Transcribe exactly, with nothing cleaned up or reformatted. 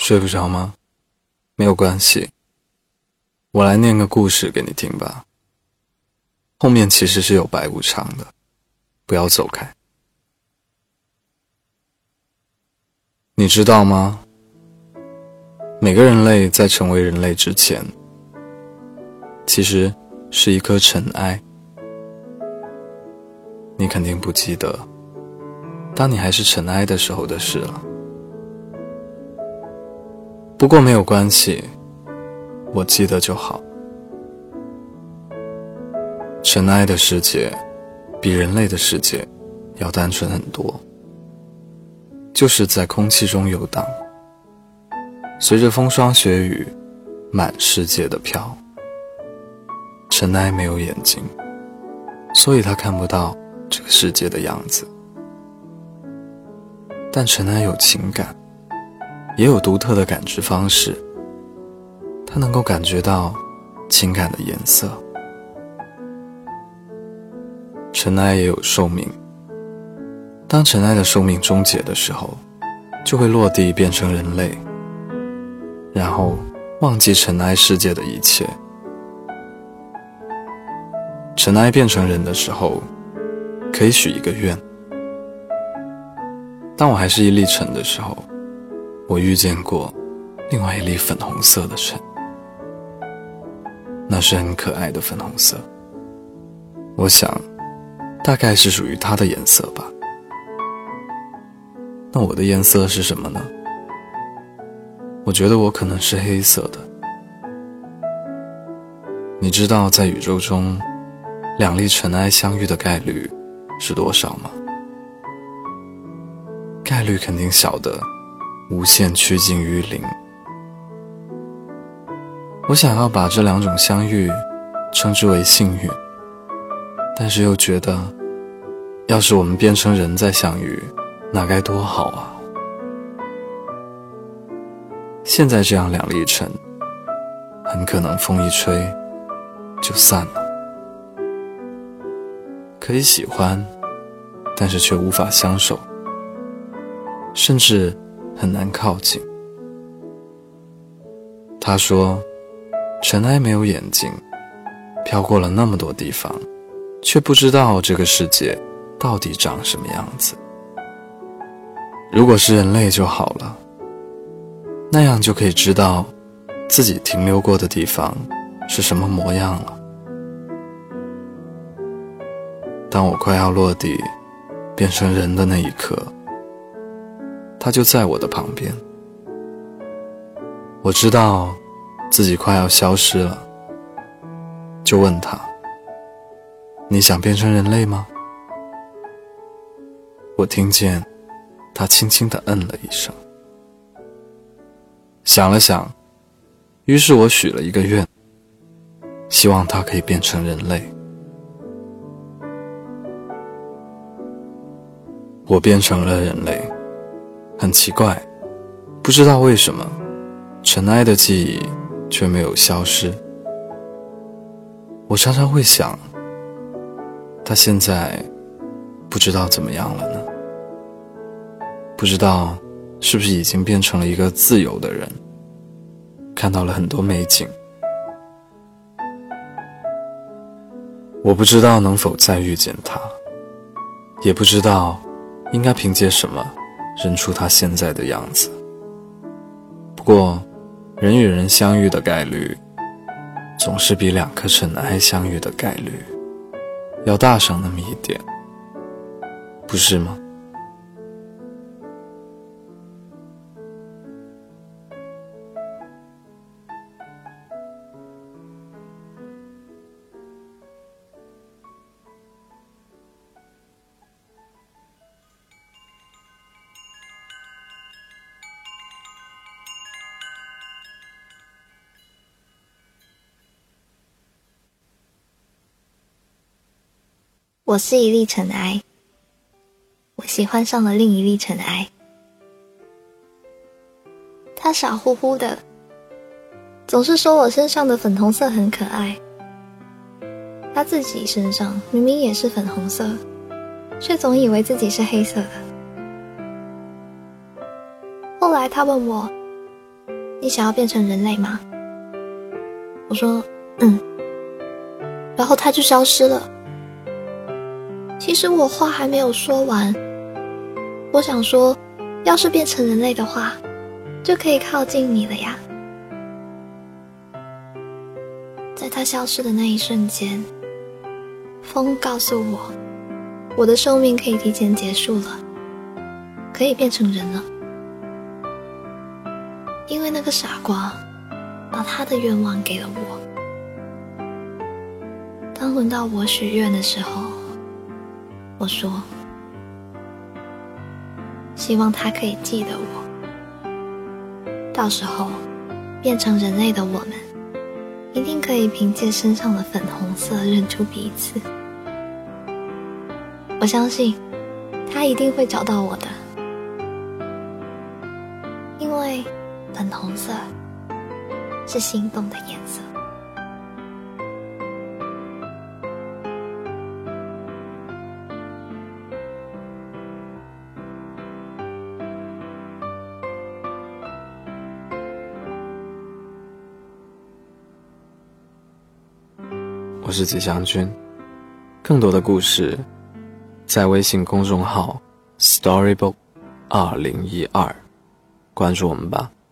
睡不着吗？没有关系，我来念个故事给你听吧。后面其实是有白无常的，不要走开。你知道吗？每个人类在成为人类之前，其实是一颗尘埃。你肯定不记得，当你还是尘埃的时候的事了。不过没有关系，我记得就好。尘埃的世界比人类的世界要单纯很多，就是在空气中游荡，随着风霜雪雨满世界的飘。尘埃没有眼睛，所以它看不到这个世界的样子。但尘埃有情感，也有独特的感知方式，它能够感觉到情感的颜色。尘埃也有寿命，当尘埃的寿命终结的时候，就会落地变成人类，然后忘记尘埃世界的一切。尘埃变成人的时候，可以许一个愿。当我还是一粒尘的时候，我遇见过另外一粒粉红色的尘，那是很可爱的粉红色，我想大概是属于它的颜色吧。那我的颜色是什么呢？我觉得我可能是黑色的。你知道在宇宙中两粒尘埃相遇的概率是多少吗？概率肯定小的无限趋近于零。我想要把这两种相遇称之为幸运，但是又觉得要是我们变成人再相遇，那该多好啊。现在这样两粒尘，很可能风一吹就散了。可以喜欢，但是却无法相守，甚至很难靠近。他说，尘埃没有眼睛，飘过了那么多地方，却不知道这个世界到底长什么样子。如果是人类就好了，那样就可以知道自己停留过的地方是什么模样了。当我快要落地变成人的那一刻，他就在我的旁边。我知道自己快要消失了，就问他，你想变成人类吗？我听见他轻轻地嗯了一声。想了想，于是我许了一个愿，希望他可以变成人类。我变成了人类，很奇怪，不知道为什么尘埃的记忆却没有消失。我常常会想，他现在不知道怎么样了呢？不知道是不是已经变成了一个自由的人，看到了很多美景。我不知道能否再遇见他，也不知道应该凭借什么认出他现在的样子。不过人与人相遇的概率总是比两颗尘埃相遇的概率要大上那么一点，不是吗？ 我是一粒尘埃，我喜欢上了另一粒尘埃。他傻乎乎的，总是说我身上的粉红色很可爱。他自己身上明明也是粉红色，却总以为自己是黑色的。后来他问我， 你想要变成人类吗？我说嗯，然后他就消失了。其实我话还没有说完，我想说，要是变成人类的话，就可以靠近你了呀。在他消失的那一瞬间，风告诉我，我的寿命可以提前结束了，可以变成人了。因为那个傻瓜把他的愿望给了我。当轮到我许愿的时候，我说希望他可以记得我，到时候变成人类的我们一定可以凭借身上的粉红色认出彼此。我相信他一定会找到我的，因为粉红色是心动的颜色。 我是吉祥君，更多的故事在微信公众号 Storybook 二零一二 关注我们吧。